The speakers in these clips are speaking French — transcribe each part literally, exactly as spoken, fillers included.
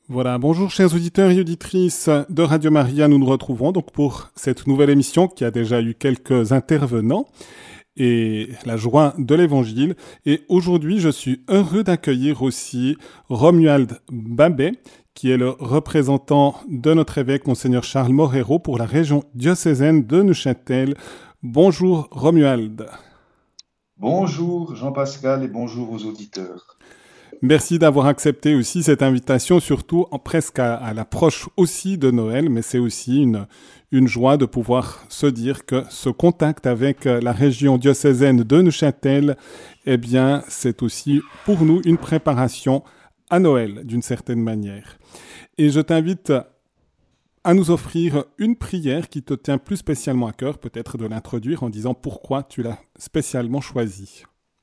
Voilà, bonjour chers auditeurs et auditrices de Radio Maria, nous nous retrouvons donc pour cette nouvelle émission qui a déjà eu quelques intervenants et la joie de l'Évangile. Et aujourd'hui, je suis heureux d'accueillir aussi Romuald Babet, qui est le représentant de notre évêque, Monseigneur Charles Morero, pour la région diocésaine de Neuchâtel. Bonjour Romuald. Bonjour Jean-Pascal et bonjour aux auditeurs. Merci d'avoir accepté aussi cette invitation, surtout en, presque à, à l'approche aussi de Noël, mais c'est aussi une, une joie de pouvoir se dire que ce contact avec la région diocésaine de Neuchâtel, eh bien, c'est aussi pour nous une préparation à Noël, d'une certaine manière. Et je t'invite à nous offrir une prière qui te tient plus spécialement à cœur, peut-être de l'introduire en disant pourquoi tu l'as spécialement choisie.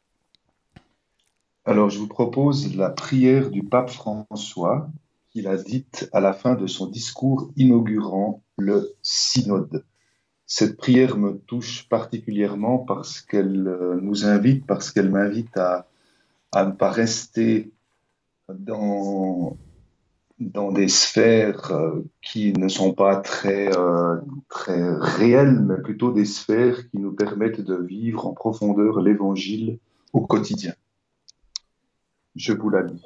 Alors, je vous propose la prière du pape François qu'il a dite à la fin de son discours inaugurant le synode. Cette prière me touche particulièrement parce qu'elle nous invite, parce qu'elle m'invite à, à ne pas rester dans, dans des sphères qui ne sont pas très, euh, très réelles, mais plutôt des sphères qui nous permettent de vivre en profondeur l'Évangile au quotidien. Je vous la lis.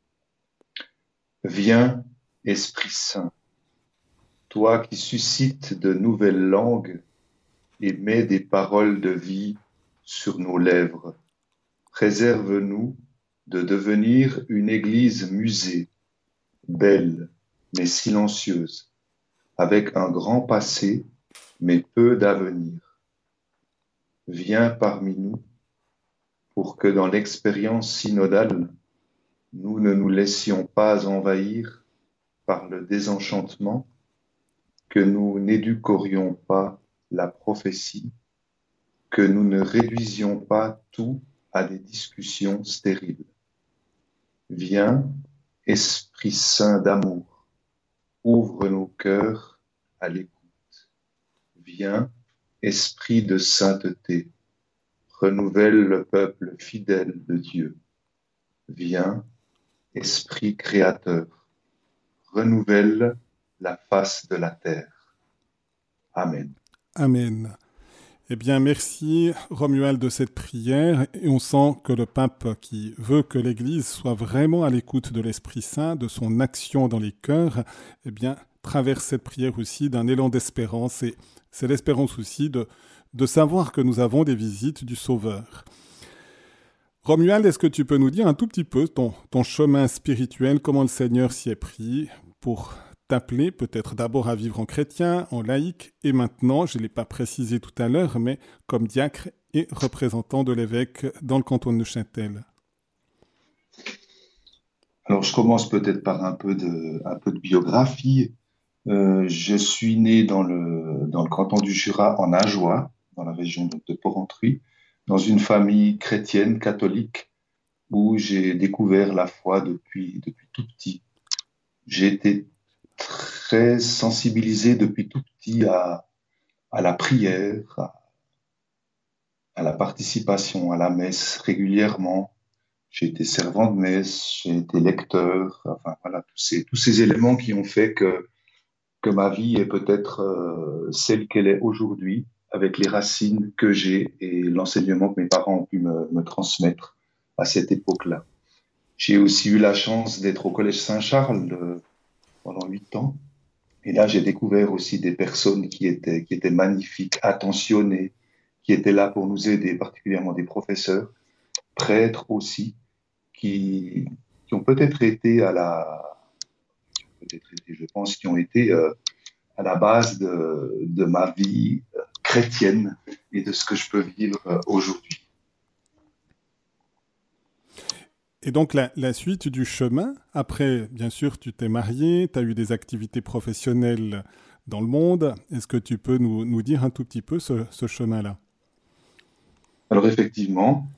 Viens, Esprit Saint, toi qui suscites de nouvelles langues et mets des paroles de vie sur nos lèvres. Préserve-nous de devenir une église musée, belle mais silencieuse, avec un grand passé mais peu d'avenir. Viens parmi nous pour que dans l'expérience synodale, nous ne nous laissions pas envahir par le désenchantement, que nous n'éduquerions pas la prophétie, que nous ne réduisions pas tout à des discussions stériles. Viens, Esprit Saint d'amour, ouvre nos cœurs à l'écoute. Viens, Esprit de sainteté, renouvelle le peuple fidèle de Dieu. Viens, Esprit créateur, renouvelle la face de la terre. Amen. Amen. Eh bien, merci Romuald de cette prière. Et on sent que le pape qui veut que l'Église soit vraiment à l'écoute de l'Esprit Saint, de son action dans les cœurs, eh bien, traverse cette prière aussi d'un élan d'espérance. Et c'est l'espérance aussi de, de savoir que nous avons des visites du Sauveur. Romuald, est-ce que tu peux nous dire un tout petit peu ton, ton chemin spirituel, comment le Seigneur s'y est pris pour t'appeler peut-être d'abord à vivre en chrétien, en laïque, et maintenant, je ne l'ai pas précisé tout à l'heure, mais comme diacre et représentant de l'évêque dans le canton de Neuchâtel. Alors, je commence peut-être par un peu de, un peu de biographie. Euh, je suis né dans le, dans le canton du Jura, en Ajoie, dans la région de, de Porrentruy, dans une famille chrétienne, catholique, où j'ai découvert la foi depuis, depuis tout petit. J'ai été très sensibilisé depuis tout petit à, à la prière, à, à la participation à la messe régulièrement. J'ai été servant de messe, j'ai été lecteur, enfin voilà, tous ces, tous ces éléments qui ont fait que, que ma vie est peut-être euh, celle qu'elle est aujourd'hui, avec les racines que j'ai et l'enseignement que mes parents ont pu me, me transmettre à cette époque-là. J'ai aussi eu la chance d'être au Collège Saint-Charles euh, pendant huit ans. Et là, j'ai découvert aussi des personnes qui étaient, qui étaient magnifiques, attentionnées, qui étaient là pour nous aider, particulièrement des professeurs, prêtres aussi, qui, qui ont peut-être été à la, peut-être été, je pense, qui ont été euh, à la base de, de ma vie euh, chrétienne et de ce que je peux vivre euh, aujourd'hui. Et donc la, la suite du chemin, après, bien sûr, tu t'es marié, tu as eu des activités professionnelles dans le monde. Est-ce que tu peux nous, nous dire un tout petit peu ce, ce chemin-là ? Alors effectivement,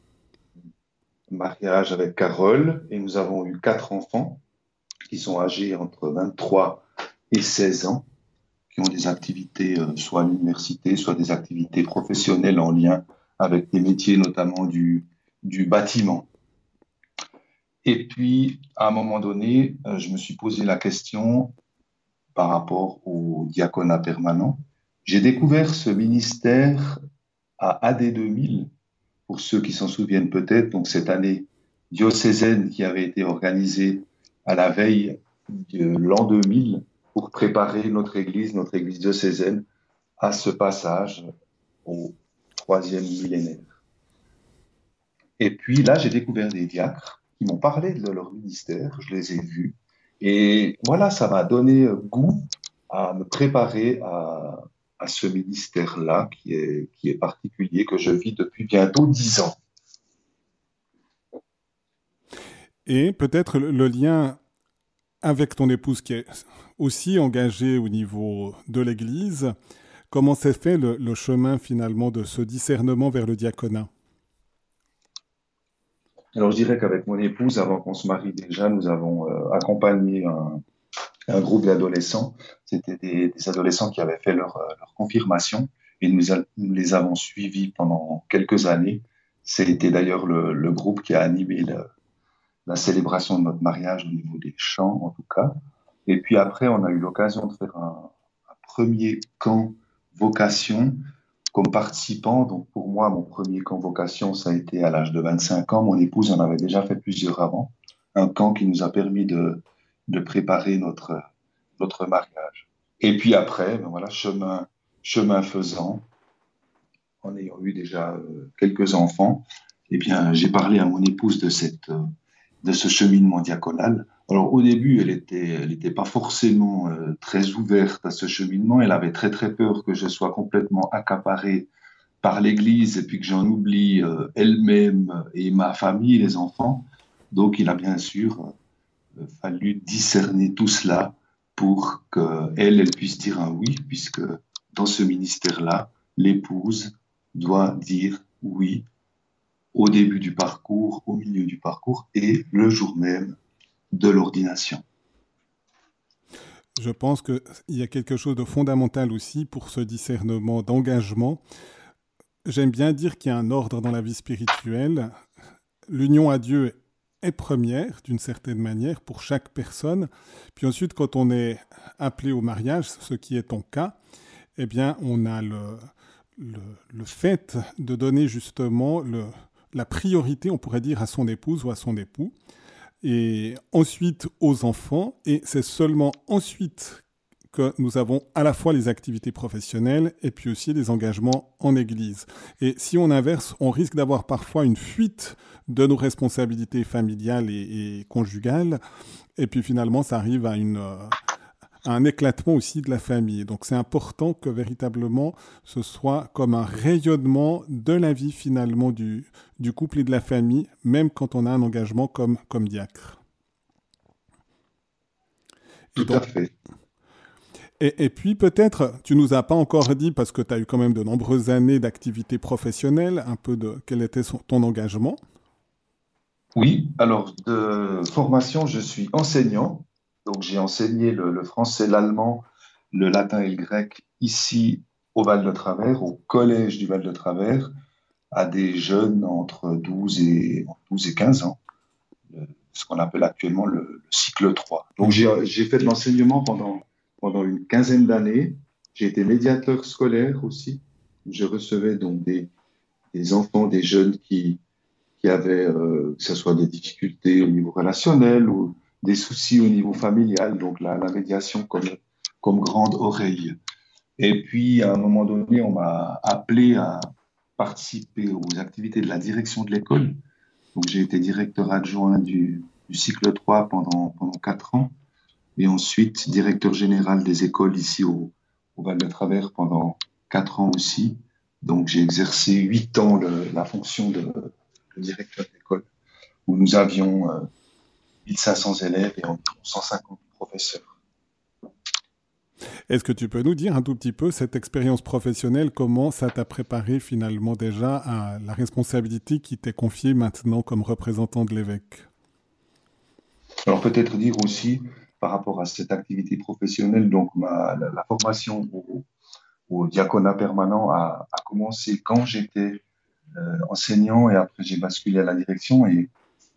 mariage avec Carole, et nous avons eu quatre enfants qui sont âgés entre vingt-trois et seize ans, qui ont des activités euh, soit à l'université, soit des activités professionnelles en lien avec des métiers notamment du, du bâtiment. Et puis, à un moment donné, euh, je me suis posé la question par rapport au diaconat permanent. J'ai découvert ce ministère à A D deux mille, pour ceux qui s'en souviennent peut-être, donc cette année diocésaine qui avait été organisée à la veille de l'an deux mille pour préparer notre Église, notre Église diocésaine, à ce passage au troisième millénaire. Et puis là, j'ai découvert des diacres qui m'ont parlé de leur ministère, je les ai vus, et voilà, ça m'a donné goût à me préparer à, à ce ministère-là qui est, qui est particulier, que je vis depuis bientôt dix ans. Et peut-être le, le lien avec ton épouse qui est aussi engagée au niveau de l'Église, comment s'est fait le, le chemin finalement de ce discernement vers le diaconat? Alors, je dirais qu'avec mon épouse, avant qu'on se marie déjà, nous avons euh, accompagné un, un groupe d'adolescents. C'était des, des adolescents qui avaient fait leur, euh, leur confirmation et nous, a- nous les avons suivis pendant quelques années. C'était d'ailleurs le, le groupe qui a animé le- la célébration de notre mariage au niveau des chants, en tout cas. Et puis après, on a eu l'occasion de faire un, un premier camp vocation comme participant. Donc pour moi, mon premier camp vocation, ça a été à l'âge de vingt-cinq ans. Mon épouse en avait déjà fait plusieurs avant. Un camp qui nous a permis de, de préparer notre, notre mariage. Et puis après, ben voilà, chemin, chemin faisant, en ayant eu déjà euh, quelques enfants, eh bien, j'ai parlé à mon épouse de cette, euh, de ce cheminement diaconal. Alors au début, elle était, elle était pas forcément euh, très ouverte à ce cheminement. Elle avait très très peur que je sois complètement accaparé par l'Église et puis que j'en oublie euh, elle-même et ma famille, les enfants. Donc il a bien sûr euh, fallu discerner tout cela pour qu'elle, elle puisse dire un oui, puisque dans ce ministère-là, l'épouse doit dire oui au début du parcours, au milieu du parcours et le jour même de l'ordination. Je pense qu'il y a quelque chose de fondamental aussi pour ce discernement d'engagement. J'aime bien dire qu'il y a un ordre dans la vie spirituelle. L'union à Dieu est première, d'une certaine manière, pour chaque personne. Puis ensuite, quand on est appelé au mariage, ce qui est ton cas, eh bien, on a le, le, le fait de donner justement le, la priorité, on pourrait dire, à son épouse ou à son époux, et ensuite aux enfants, et c'est seulement ensuite que nous avons à la fois les activités professionnelles et puis aussi les engagements en Église. Et si on inverse, on risque d'avoir parfois une fuite de nos responsabilités familiales et, et conjugales, et puis finalement ça arrive à une... euh, à un éclatement aussi de la famille. Donc c'est important que véritablement ce soit comme un rayonnement de la vie finalement du, du couple et de la famille, même quand on a un engagement comme, comme diacre. Et Tout à donc, fait. et, et puis peut-être, tu nous as pas encore dit, parce que tu as eu quand même de nombreuses années d'activité professionnelle, un peu de quel était son- ton engagement. Oui, alors de formation, je suis enseignant. Donc j'ai enseigné le, le français, l'allemand, le latin et le grec ici au Val-de-Travers, au collège du Val-de-Travers, à des jeunes entre douze et, douze et quinze ans, le- ce qu'on appelle actuellement le, le cycle trois. Donc j'ai Mhm. j'ai fait de l'enseignement pendant, pendant une quinzaine d'années. J'ai été médiateur scolaire aussi. Je recevais donc des, des enfants, des jeunes qui, qui avaient, euh, que ce soit des difficultés au niveau relationnel ou des soucis au niveau familial, donc la, la médiation comme, comme grande oreille. Et puis, à un moment donné, on m'a appelé à participer aux activités de la direction de l'école. Donc, j'ai été directeur adjoint du, du cycle trois pendant, pendant quatre ans et ensuite directeur général des écoles ici au, au Val-de-Travers pendant quatre ans aussi. Donc, j'ai exercé huit ans le- la fonction de, de directeur d'école où nous avions euh, mille cinq cents élèves et environ cent cinquante professeurs. Est-ce que tu peux nous dire un tout petit peu cette expérience professionnelle, comment ça t'a préparé finalement déjà à la responsabilité qui t'est confiée maintenant comme représentant de l'évêque? Alors peut-être dire aussi par rapport à cette activité professionnelle, donc ma, la, la formation au, au diaconat permanent a, a commencé quand j'étais euh, enseignant et après j'ai basculé à la direction et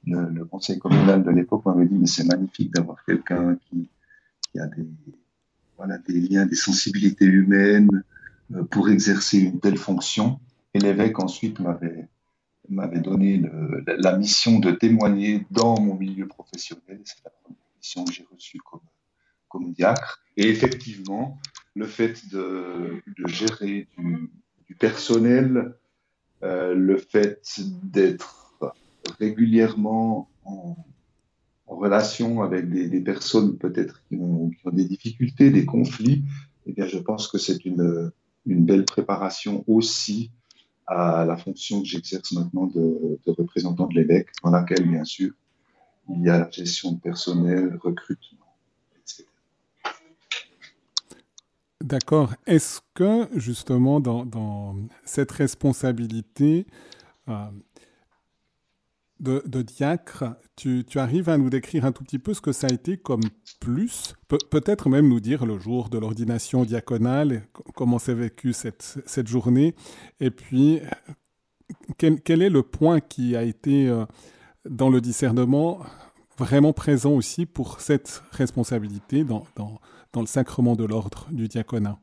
le, le conseil communal de l'époque m'avait dit, mais c'est magnifique d'avoir quelqu'un qui, qui a des, voilà, des liens, des sensibilités humaines euh, pour exercer une telle fonction. Et l'évêque ensuite m'avait, m'avait donné le, la, la mission de témoigner dans mon milieu professionnel. C'est la première mission que j'ai reçue comme, comme diacre. Et effectivement, le fait de, de gérer du, du personnel, euh, le fait d'être régulièrement en, en relation avec des, des personnes peut-être qui ont, qui ont des difficultés, des conflits, eh bien, je pense que c'est une, une belle préparation aussi à la fonction que j'exerce maintenant de, de représentant de l'évêque, dans laquelle, bien sûr, il y a la gestion de personnel, recrutement, et cetera. D'accord. Est-ce que, justement, dans, dans cette responsabilité euh, de, de diacre, tu, tu arrives à nous décrire un tout petit peu ce que ça a été comme plus, Pe- peut-être même nous dire le jour de l'ordination diaconale, et co- comment s'est vécue cette, cette journée, et puis quel, quel est le point qui a été euh, dans le discernement vraiment présent aussi pour cette responsabilité dans, dans, dans le sacrement de l'ordre du diaconat.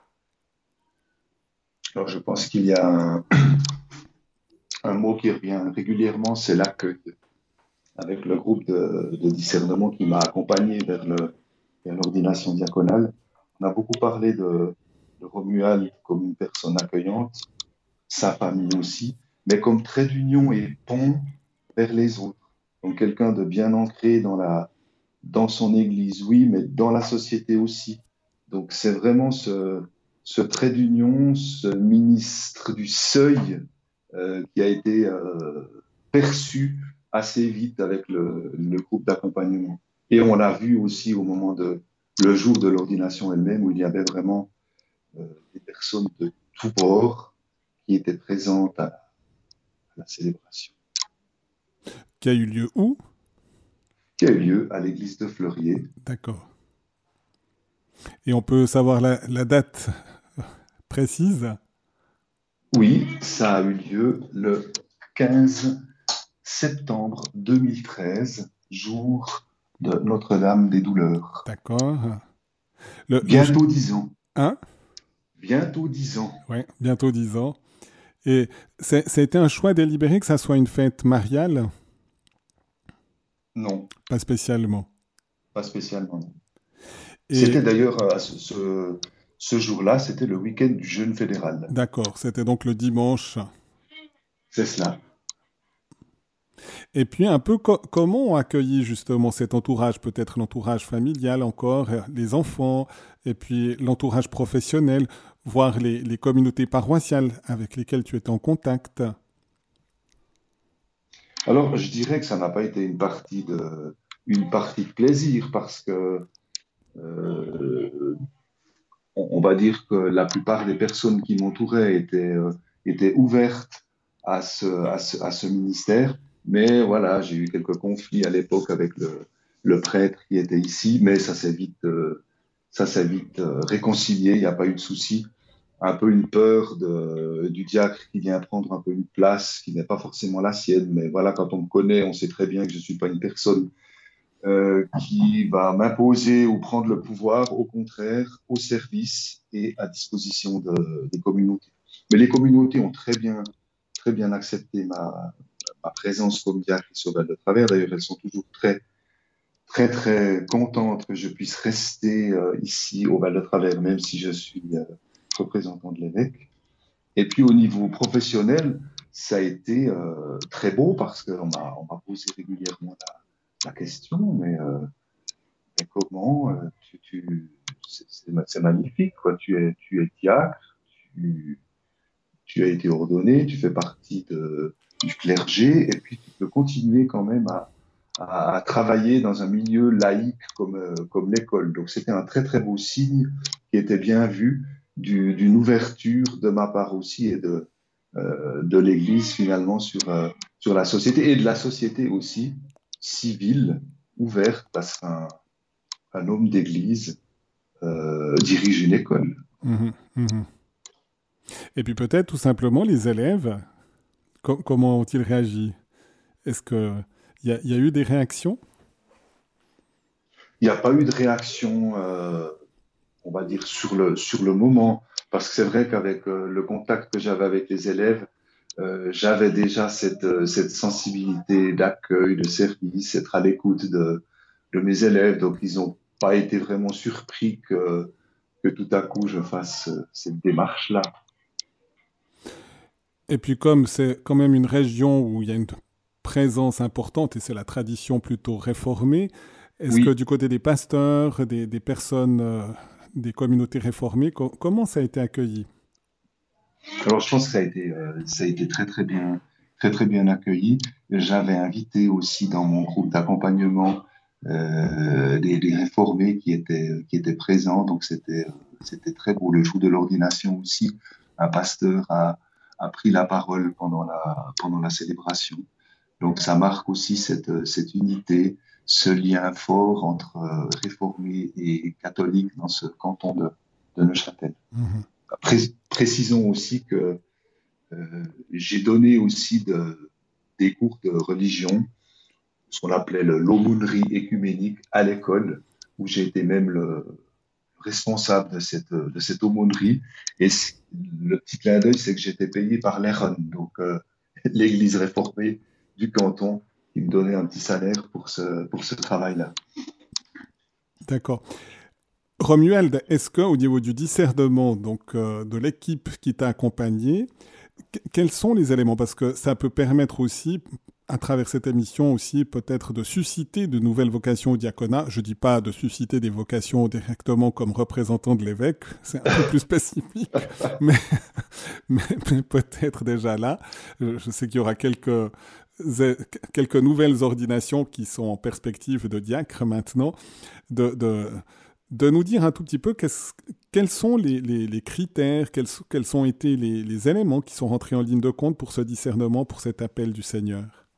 Alors, je pense qu'il y a un, un mot qui revient régulièrement, c'est l'accueil. Avec le groupe de, de discernement qui m'a accompagné vers, le, vers l'ordination diaconale, on a beaucoup parlé de, de Romuald comme une personne accueillante, sa famille aussi, mais comme trait d'union et pont vers les autres. Donc quelqu'un de bien ancré dans, la, dans son église, oui, mais dans la société aussi. Donc c'est vraiment ce, ce trait d'union, ce ministre du seuil euh, qui a été euh, perçu assez vite avec le, le groupe d'accompagnement. Et on l'a vu aussi au moment de le jour de l'ordination elle-même, où il y avait vraiment euh, des personnes de tous bords qui étaient présentes à, à la célébration. Qui a eu lieu où? Qui a eu lieu à l'église de Fleurier. D'accord. Et on peut savoir la, la date précise? Oui, ça a eu lieu le quinze septembre deux mille treize, jour de Notre-Dame des Douleurs. D'accord. Le, le... Bientôt dix ans. Hein? Bientôt dix ans. Oui, bientôt dix ans. Et c'est, ça a été un choix délibéré que ça soit une fête mariale? Non, Pas spécialement. pas spécialement. Et C'était d'ailleurs euh, ce, ce, ce jour-là, c'était le week-end du jeûne fédéral. d'accord, c'était donc le dimanche. C'est cela. Et puis un peu co- comment on accueillit justement cet entourage, peut-être l'entourage familial encore, euh, les enfants, et puis l'entourage professionnel, voire les, les communautés paroissiales avec lesquelles tu étais en contact. Alors, je dirais que ça n'a pas été une partie de, une partie de plaisir parce que euh, on, on va dire que la plupart des personnes qui m'entouraient étaient, euh, étaient ouvertes à ce, à, ce, à ce ministère. Mais voilà, j'ai eu quelques conflits à l'époque avec le, le prêtre qui était ici, mais ça s'est vite, euh, ça s'est vite euh, réconcilié, il n'y a pas eu de souci. Un peu une peur de, du diacre qui vient prendre un peu une place qui n'est pas forcément la sienne, mais voilà, quand on me connaît, on sait très bien que je ne suis pas une personne euh, qui va m'imposer ou prendre le pouvoir, au contraire, au service et à disposition de, des communautés. Mais les communautés ont très bien, très bien accepté ma, ma présence comme diacre sur Val de Travers. D'ailleurs, elles sont toujours très, très, très contentes que je puisse rester euh, ici au Val de Travers, même si je suis euh, représentant de l'évêque. Et puis au niveau professionnel, ça a été euh, très beau parce qu'on m'a, on m'a posé régulièrement la, la question, mais euh, mais comment euh, tu, tu, c'est, c'est magnifique, quoi. Tu es, tu es diacre, tu, tu as été ordonné, tu fais partie de, du clergé, et puis tu peux continuer quand même à, à, à travailler dans un milieu laïque comme, euh, comme l'école. Donc c'était un très très beau signe qui était bien vu du, d'une ouverture de ma part aussi et de, euh, de l'Église finalement sur, euh, sur la société et de la société aussi civile ouverte parce qu'un un homme d'église euh, dirige une école. Mhm, mhm. Et puis peut-être tout simplement les élèves, co- comment ont-ils réagi? Est-ce que Il y a, il y a eu des réactions? Il n'y a pas eu de réaction, euh, on va dire, sur le, sur le moment, parce que c'est vrai qu'avec euh, le contact que j'avais avec les élèves, euh, j'avais déjà cette, euh, cette sensibilité d'accueil, de service, être à l'écoute de, de mes élèves. Donc, ils n'ont pas été vraiment surpris que, que tout à coup je fasse euh, cette démarche-là. Et puis comme c'est quand même une région où il y a une présence importante et c'est la tradition plutôt réformée, est-ce que Oui, du côté des pasteurs, des, des personnes, euh, des communautés réformées, co- comment ça a été accueilli? alors je pense que ça a été, euh, ça a été très très bien, très très bien accueilli. J'avais invité aussi dans mon groupe d'accompagnement euh, des, des réformés qui étaient, qui étaient présents, donc c'était, euh, c'était très beau. Le jour de l'ordination aussi, un pasteur a, a pris la parole pendant la, pendant la célébration. Donc ça marque aussi cette, cette unité, ce lien fort entre euh, réformés et catholiques dans ce canton de, de Neuchâtel. Mhm. Pré- précisons aussi que euh, j'ai donné aussi de, des cours de religion, ce qu'on appelait le- l'aumônerie écuménique à l'école, où j'ai été même le responsable de cette, de cette aumônerie. Et c- le petit clin d'œil, c'est que j'étais payé par l'E R O N, donc euh, l'Église réformée du canton, qui me donnait un petit salaire pour ce, pour ce travail-là. D'accord. Romuald, est-ce que au niveau du discernement, donc euh, de l'équipe qui t'a accompagné, que- quels sont les éléments? Parce que ça peut permettre aussi, à travers cette émission aussi, peut-être de susciter de nouvelles vocations au diaconat. Je ne dis pas de susciter des vocations directement comme représentant de l'évêque, c'est un peu plus spécifique, mais, mais, mais peut-être déjà là. Je, je sais qu'il y aura quelques, quelques nouvelles ordinations qui sont en perspective de diacre maintenant, de, de, de nous dire un tout petit peu qu'est-ce- quels sont les, les- les critères, quels, sont- quels ont été les, les éléments qui sont rentrés en ligne de compte pour ce discernement, pour cet appel du Seigneur.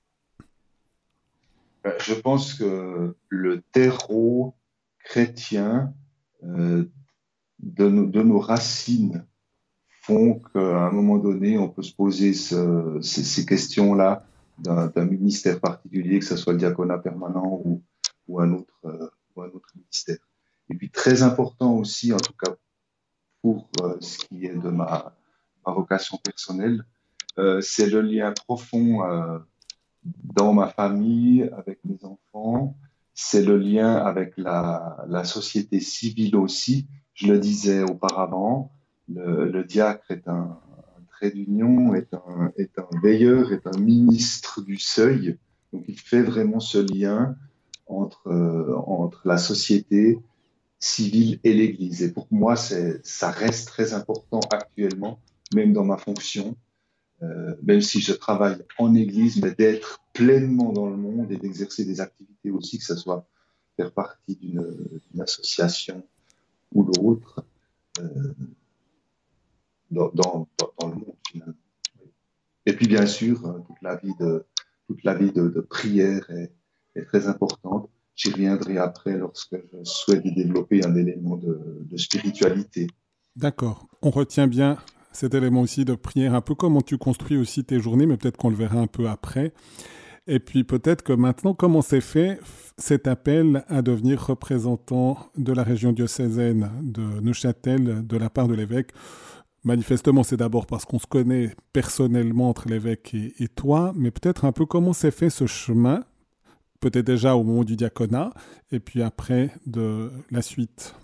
Ben, je pense que le terreau chrétien euh, de, nos, de nos racines font qu'à un moment donné, on peut se poser ce- ces, ces questions-là d'un d'un ministère particulier, que ce soit le diaconat permanent ou, ou un autre, euh, ou un autre ministère. Et puis très important aussi, en tout cas pour euh, ce qui est de ma, ma vocation personnelle, euh, c'est le lien profond euh, dans ma famille, avec mes enfants, c'est le lien avec la, la société civile aussi. Je le disais auparavant, le, le diacre est un, un trait d'union, est un, est un veilleur, est un ministre du seuil. Donc il fait vraiment ce lien entre, euh, entre la société civile et l'Église. Et pour moi, c'est, ça reste très important actuellement, même dans ma fonction, euh, même si je travaille en Église, mais d'être pleinement dans le monde et d'exercer des activités aussi, que ce soit faire partie d'une, d'une association ou l'autre, euh, dans, dans, dans le monde finalement. Et puis bien sûr, euh, toute la vie de, toute la vie de, de prière est, est très importante. J'y reviendrai après lorsque je souhaite développer un élément de, de spiritualité. D'accord. On retient bien cet élément aussi de prière, un peu comment tu construis aussi tes journées, mais peut-être qu'on le verra un peu après. Et puis peut-être que maintenant, comment s'est fait cet appel à devenir représentant de la région diocésaine de Neuchâtel de la part de l'évêque? Manifestement, c'est d'abord parce qu'on se connaît personnellement entre l'évêque et, et toi, mais peut-être un peu comment s'est fait ce chemin, peut-être déjà au moment du diaconat, et puis après de la suite.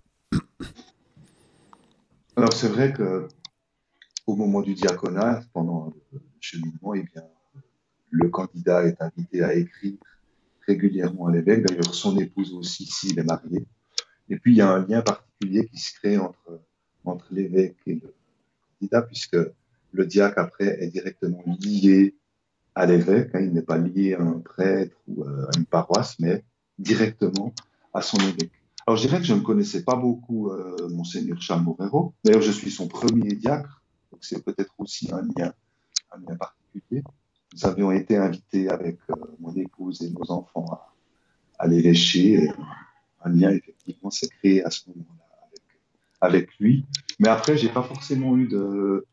Alors c'est vrai que au moment du diaconat, pendant le cheminement, eh bien, le candidat est invité à écrire régulièrement à l'évêque, d'ailleurs son épouse aussi s'il est marié. Et puis il y a un lien particulier qui se crée entre, entre l'évêque et le candidat, puisque le diacre après est directement lié à l'évêque, hein, il n'est pas lié à un prêtre ou à une paroisse, mais directement à son évêque. Alors je dirais que je ne connaissais pas beaucoup euh, Monseigneur Charles Morero, d'ailleurs je suis son premier diacre, donc c'est peut-être aussi un lien, un lien particulier. Nous avions été invités avec euh, mon épouse et nos enfants à, à l'évêché. Un lien, effectivement, s'est créé à ce moment-là avec, avec lui. Mais après, j'ai pas forcément eu de,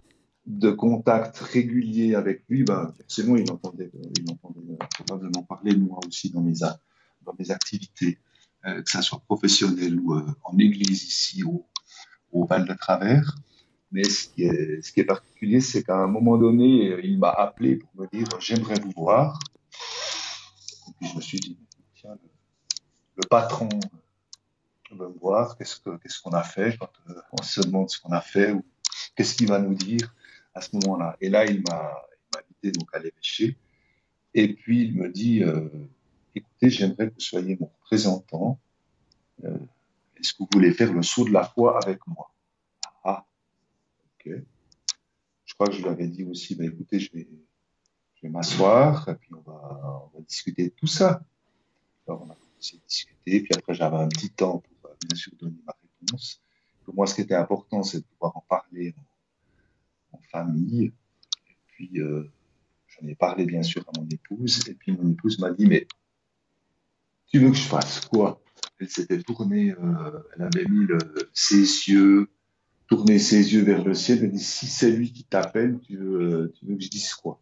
de contact régulier avec lui, ben, forcément, il entendait, il entendait probablement parler de moi aussi dans mes, dans mes activités, euh, que ça soit professionnel ou euh, en église ici au, au Val de Travers. Mais ce qui est, ce qui est particulier, c'est qu'à un moment donné, il m'a appelé pour me dire j'aimerais vous voir. Et puis je me suis dit tiens, le, le patron veut me voir, qu'est-ce, que, qu'est-ce qu'on a fait quand euh, on se demande ce qu'on a fait ou qu'est-ce qu'il va nous dire à ce moment-là. Et là, il m'a, il m'a invité donc à l'évêché. Et puis il me dit euh, écoutez, j'aimerais que vous soyez mon représentant. Euh, est-ce que vous voulez faire le saut de la foi avec moi? Ah, ok. Je crois que je lui avais dit aussi, bah, écoutez, je vais, je vais m'asseoir et puis on va, on va discuter de tout ça. Alors on a commencé à discuter, puis après j'avais un petit temps pour bien sûr donner ma réponse. Pour moi, ce qui était important, c'est de pouvoir en parler en, en famille. Et puis euh, j'en ai parlé bien sûr à mon épouse, et puis mon épouse m'a dit, mais tu veux que je fasse quoi? Elle s'était tournée, euh, elle avait mis le, ses yeux, tourné ses yeux vers le ciel, elle dit, si c'est lui qui t'appelle, tu veux, tu veux que je dise quoi?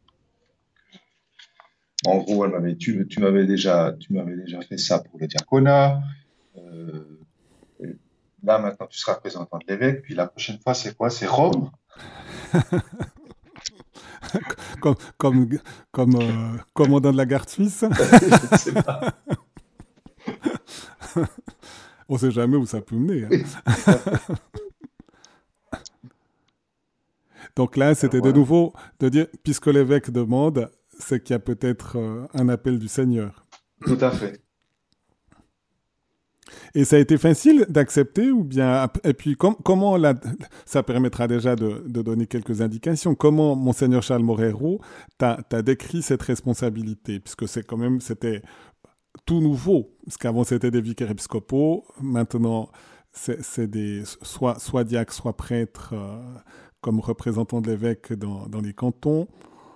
En gros, elle m'avait, tu, tu m'avais déjà, tu m'avais déjà fait ça pour le diaconat. Euh, là, maintenant, tu seras représentant de l'évêque. Puis la prochaine fois, c'est quoi? C'est Rome. comme comme, comme euh, commandant de la garde suisse. Je ne sais pas. On ne sait jamais où ça peut mener. Hein. Oui, tout à fait. Donc là, Alors, c'était de voilà. nouveau de dire, puisque l'évêque demande, c'est qu'il y a peut-être euh, un appel du Seigneur. Tout à fait. Et ça a été facile d'accepter ou bien et puis com- comment la, ça permettra déjà de, de donner quelques indications. Comment Monseigneur Charles Morero t'a, t'a décrit cette responsabilité, puisque c'est quand même c'était tout nouveau, parce qu'avant c'était des vicaires épiscopaux, maintenant c'est, c'est des soit soit diacres, soit prêtres euh, comme représentants de l'évêque dans, dans les cantons.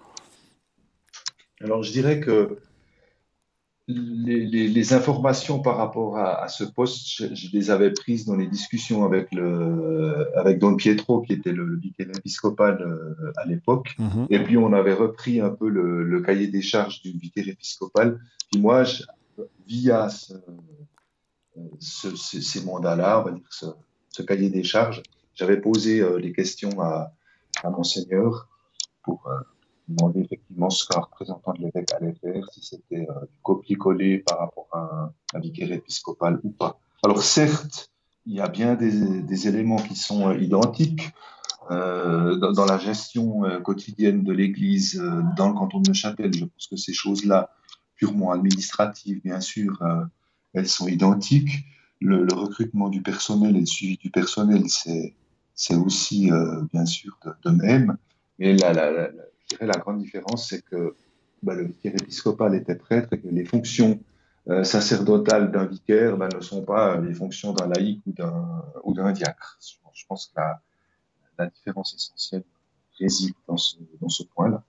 Alors, je dirais que les, les- les informations par rapport à, à ce poste, je, je les avais prises dans les discussions avec, le, avec Don Pietro, qui était le, le vicaire épiscopal euh, à l'époque. Mhm. Et puis, on avait repris un peu le, le cahier des charges du vicaire épiscopal. Puis moi, je- via ce, ce- ce- ces mandats-là, on va dire ce, ce cahier des charges, j'avais posé euh, les questions à, à Monseigneur pour euh, demander effectivement ce qu'un représentant de l'évêque allait faire, si c'était euh, du copier-coller par rapport à un, un vicaire épiscopal ou pas. Alors certes, il y a bien des, des éléments qui sont euh, identiques euh, dans, dans la gestion euh, quotidienne de l'Église euh, dans le canton de Neuchâtel. Je pense que ces choses-là, purement administratives, bien sûr, euh, elles sont identiques. Le, le recrutement du personnel et le suivi du personnel, c'est c'est aussi, euh, bien sûr, de, de même. Mais la, la, la, la- je dirais la grande différence, c'est que bah, le vicaire épiscopal était prêtre et que les fonctions euh, sacerdotales d'un vicaire bah, ne sont pas les fonctions d'un laïc ou d'un ou d'un diacre. Je, je pense que la, la différence essentielle réside dans ce, dans ce point-là.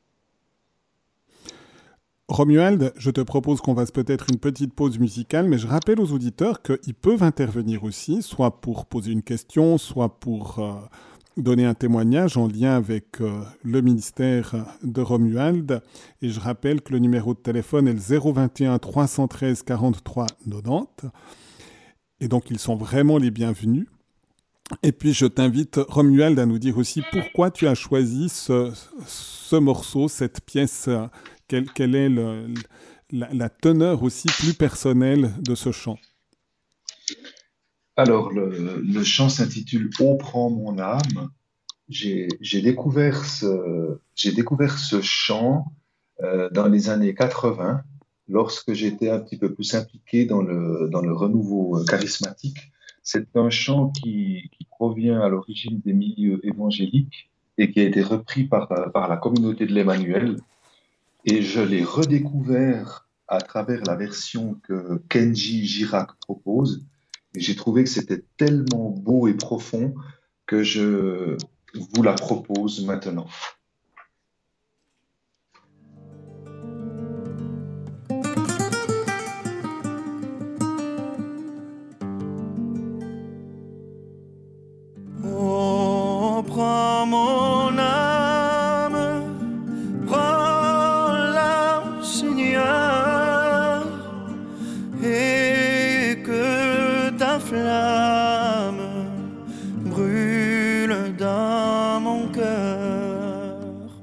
Romuald, je te propose qu'on fasse peut-être une petite pause musicale, mais je rappelle aux auditeurs qu'ils peuvent intervenir aussi, soit pour poser une question, soit pour euh, donner un témoignage en lien avec euh, le ministère de Romuald. Et je rappelle que le numéro de téléphone est le zéro vingt et un trois cent treize quarante-trois quatre-vingt-dix. Et donc, ils sont vraiment les bienvenus. Et puis, je t'invite, Romuald, à nous dire aussi pourquoi tu as choisi ce, ce morceau, cette pièce. euh, Quelle, quelle est le- la, la teneur aussi plus personnelle de ce chant? Alors, le, le chant s'intitule Ô prends mon âme. J'ai j'ai découvert ce, j'ai découvert ce chant euh, dans les années quatre-vingts, lorsque j'étais un petit peu plus impliqué dans le, dans le renouveau euh, charismatique. C'est un chant qui, qui provient à l'origine des milieux évangéliques et qui a été repris par, euh, par la communauté de l'Emmanuel. Et je l'ai redécouvert à travers la version que Kenji Girac propose. Et j'ai trouvé que c'était tellement beau et profond que je vous la propose maintenant. Oh, prends mon âme. flamme brûle dans mon cœur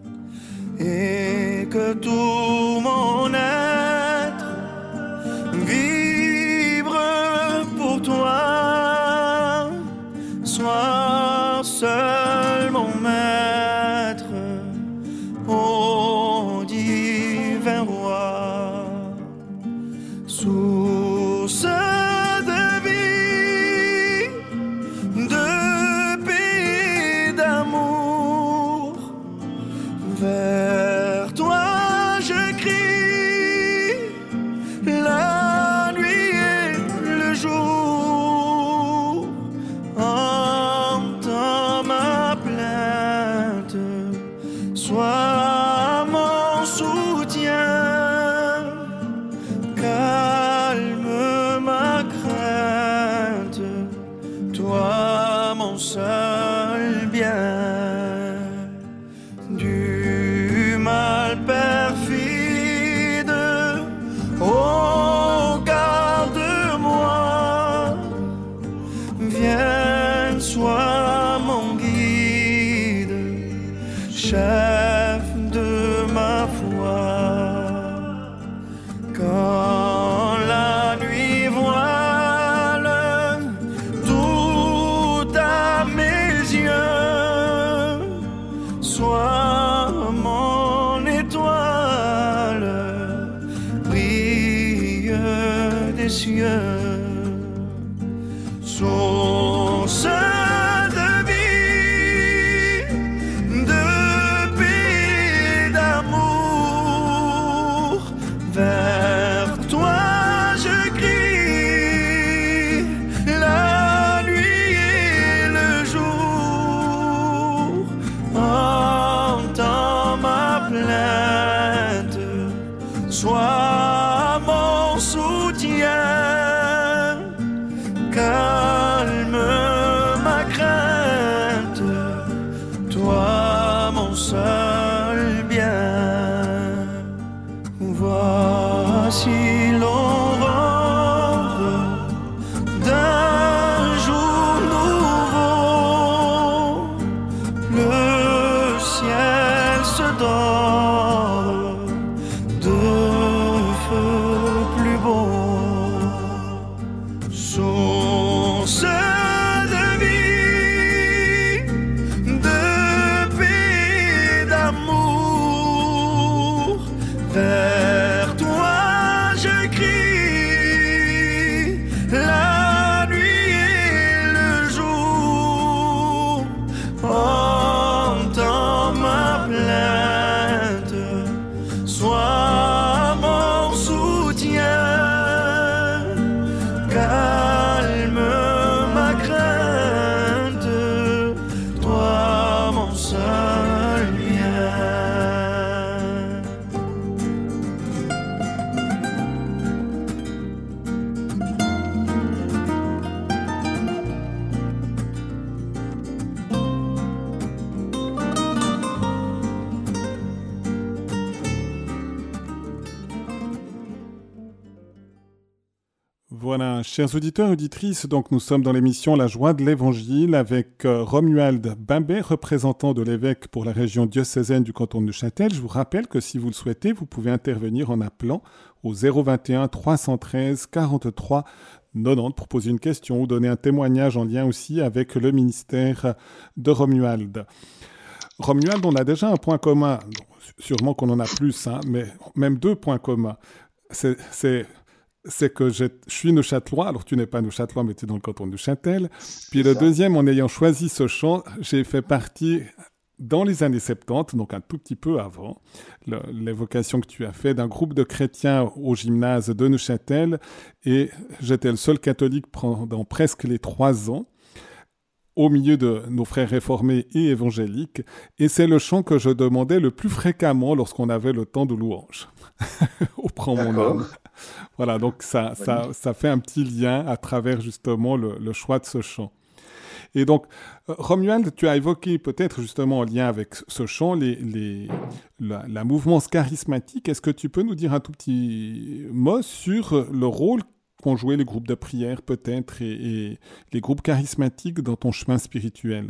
et que tout mon être vibre pour toi. Sois seul mon maître, ô divin roi, source de vie, de paix, d'amour. Vers toi je crie la nuit et le jour. Entends ma plainte, sois mon soutien. Calme ma crainte, toi mon seul bien. Du mal perfide, oh garde-moi. Viens, sois mon guide, chef de ma foi. Quand la nuit voile tout à mes yeux, sois mon étoile, brille des cieux. Source de vie, de paix, d'amour. Vers toi je crie la nuit et le jour. Entends ma plainte, sois mon soutien. Calme ma crainte, toi mon seul bien. Voici l'aurore d'un jour nouveau. Le ciel se dore de feux plus beaux. Source de vie, de paix, d'amour. Vers toi je crie la nuit et le jour. Entends ma plainte, sois mon soutien. Calme ma crainte, toi mon seul bien. Voilà, chers auditeurs et auditrices, donc nous sommes dans l'émission La Joie de l'Évangile avec euh, Romuald Bimbet, représentant de l'évêque pour la région diocésaine du canton de Neuchâtel. Je vous rappelle que si vous le souhaitez, vous pouvez intervenir en appelant au zéro vingt et un trois cent treize quarante-trois quatre-vingt-dix pour poser une question ou donner un témoignage en lien aussi avec le ministère de Romuald. Romuald, on a déjà un point commun, sûrement qu'on en a plus, hein, mais même deux points communs. C'est... c'est c'est que je suis neuchâtelois, alors tu n'es pas neuchâtelois, mais tu es dans le canton de Neuchâtel. Puis le deuxième, en ayant choisi ce chant, j'ai fait partie, dans les années soixante-dix, donc un tout petit peu avant, le, l'évocation que tu as fait d'un groupe de chrétiens au gymnase de Neuchâtel, et j'étais le seul catholique pendant presque les trois ans, au milieu de nos frères réformés et évangéliques, et c'est le chant que je demandais le plus fréquemment lorsqu'on avait le temps de louange. Au Prends mon homme. Voilà, donc ça, ça, ça fait un petit lien à travers justement le, le choix de ce chant. Et donc, euh, Romuald, tu as évoqué peut-être justement en lien avec ce chant les, les, la, la mouvance charismatique. Est-ce que tu peux nous dire un tout petit mot sur le rôle qu'ont joué les groupes de prière peut-être et, et les groupes charismatiques dans ton chemin spirituel?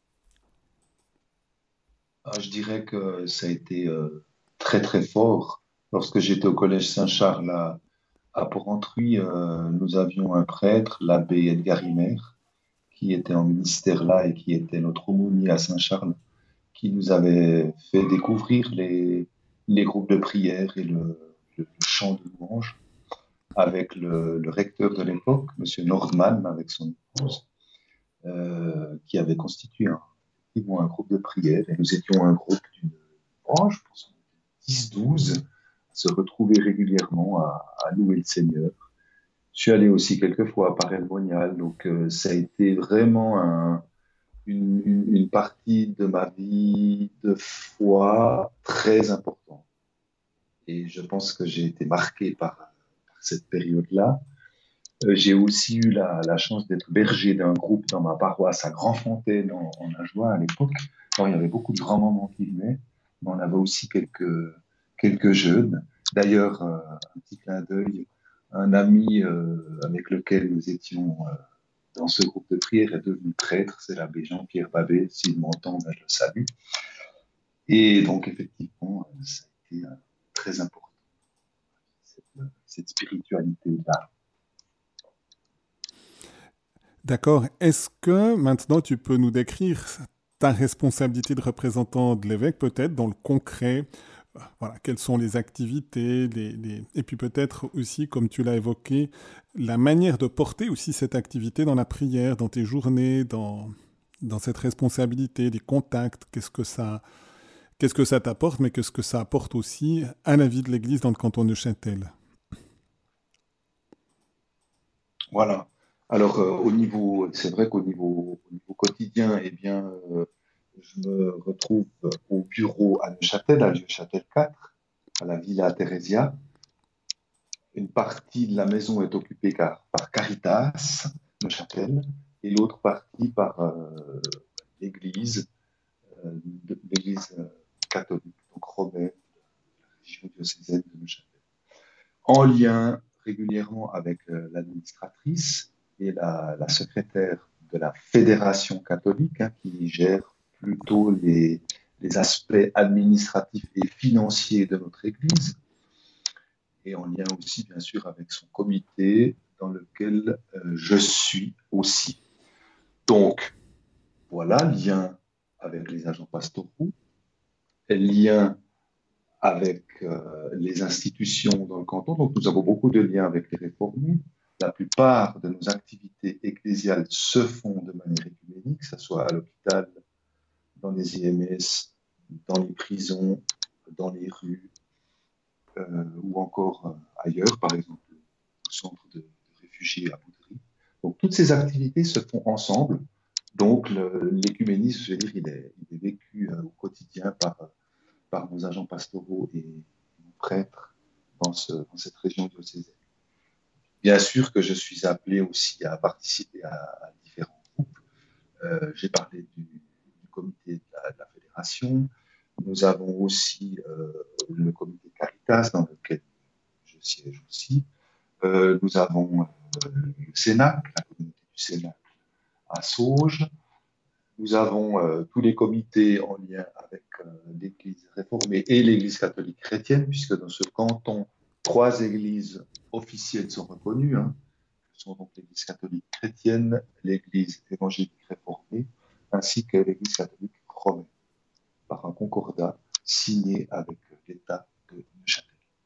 Ah, je dirais que ça a été euh, très très fort. Lorsque j'étais au collège Saint-Charles à, à Porrentruy, euh, nous avions un prêtre, l'abbé Edgar Himer, qui était en ministère là et qui était notre aumônier à Saint-Charles, qui nous avait fait découvrir les, les groupes de prière et le, le, le chant de louange avec le, le recteur de l'époque, M. Nordman, avec son épouse, euh, qui avait constitué un, un groupe de prière. Et nous étions un groupe d'une, oh, je pense, dix douze, à se retrouver régulièrement à, à louer le Seigneur. Je suis allé aussi quelques fois à Paray-le-Monial, donc euh, ça a été vraiment un, une, une, une partie de ma vie de foi très importante. Et je pense que j'ai été marqué par, par cette période-là. Euh, j'ai aussi eu la, la chance d'être berger d'un groupe dans ma paroisse à Grandfontaine en, en Ajoie à l'époque. Alors, il y avait beaucoup de grands-mamans qui venaient, mais on avait aussi quelques, quelques jeunes. D'ailleurs, euh, un petit clin d'œil, un ami euh, avec lequel nous étions euh, dans ce groupe de prière est devenu prêtre, c'est l'abbé Jean-Pierre Babet, s'il m'entend, ben, je le salue. Et donc, effectivement, ça a été euh, très important, cette, cette spiritualité-là. D'accord. Est-ce que maintenant tu peux nous décrire ta responsabilité de représentant de l'évêque, peut-être dans le concret? Voilà, quelles sont les activités, les, les... et puis peut-être aussi, comme tu l'as évoqué, la manière de porter aussi cette activité dans la prière, dans tes journées, dans, dans cette responsabilité, les contacts, qu'est-ce que ça, qu'est-ce que ça t'apporte, mais qu'est-ce que ça apporte aussi à la vie de l'Église dans le canton de Neuchâtel? Voilà. Alors, euh, au niveau, c'est vrai qu'au niveau, au niveau quotidien, eh bien, euh, je me retrouve au bureau à Neuchâtel, à Neuchâtel quatre, à la Villa Theresia. Une partie de la maison est occupée par, par Caritas, Neuchâtel, et l'autre partie par euh, l'Église, euh, de, l'Église euh, catholique, donc romaine, de la région diocésaine de Neuchâtel. En lien régulièrement avec euh, l'administratrice et la, la secrétaire de la Fédération catholique, hein, qui gère plutôt les, les aspects administratifs et financiers de notre Église, et en lien aussi, bien sûr, avec son comité dans lequel euh, je suis aussi. Donc, voilà, lien avec les agents pastoraux, lien avec euh, les institutions dans le canton. Donc, nous avons beaucoup de liens avec les réformés. La plupart de nos activités ecclésiales se font de manière écuménique, que ce soit à l'hôpital, dans les I M S, dans les prisons, dans les rues, euh, ou encore euh, ailleurs, par exemple au centre de, de réfugiés à Boudry. Donc toutes ces activités se font ensemble. Donc le, l'écuménisme, je veux dire, il est, il est vécu euh, au quotidien par, par nos agents pastoraux et nos prêtres dans, ce, dans cette région diocésaine. Bien sûr que je suis appelé aussi à participer à, à différents groupes. Euh, j'ai parlé du comité de la, de la fédération. Nous avons aussi euh, le comité Caritas dans lequel je siège aussi. Euh, nous avons euh, le Cénacle, la communauté du Cénacle à Sauges. Nous avons euh, tous les comités en lien avec euh, l'Église réformée et l'Église catholique chrétienne, puisque dans ce canton, trois églises officielles sont reconnues. Hein. Ce sont donc l'Église catholique chrétienne, l'Église évangélique réformée, ainsi que l'Église catholique romaine, par un concordat signé avec l'État de Neuchâtel.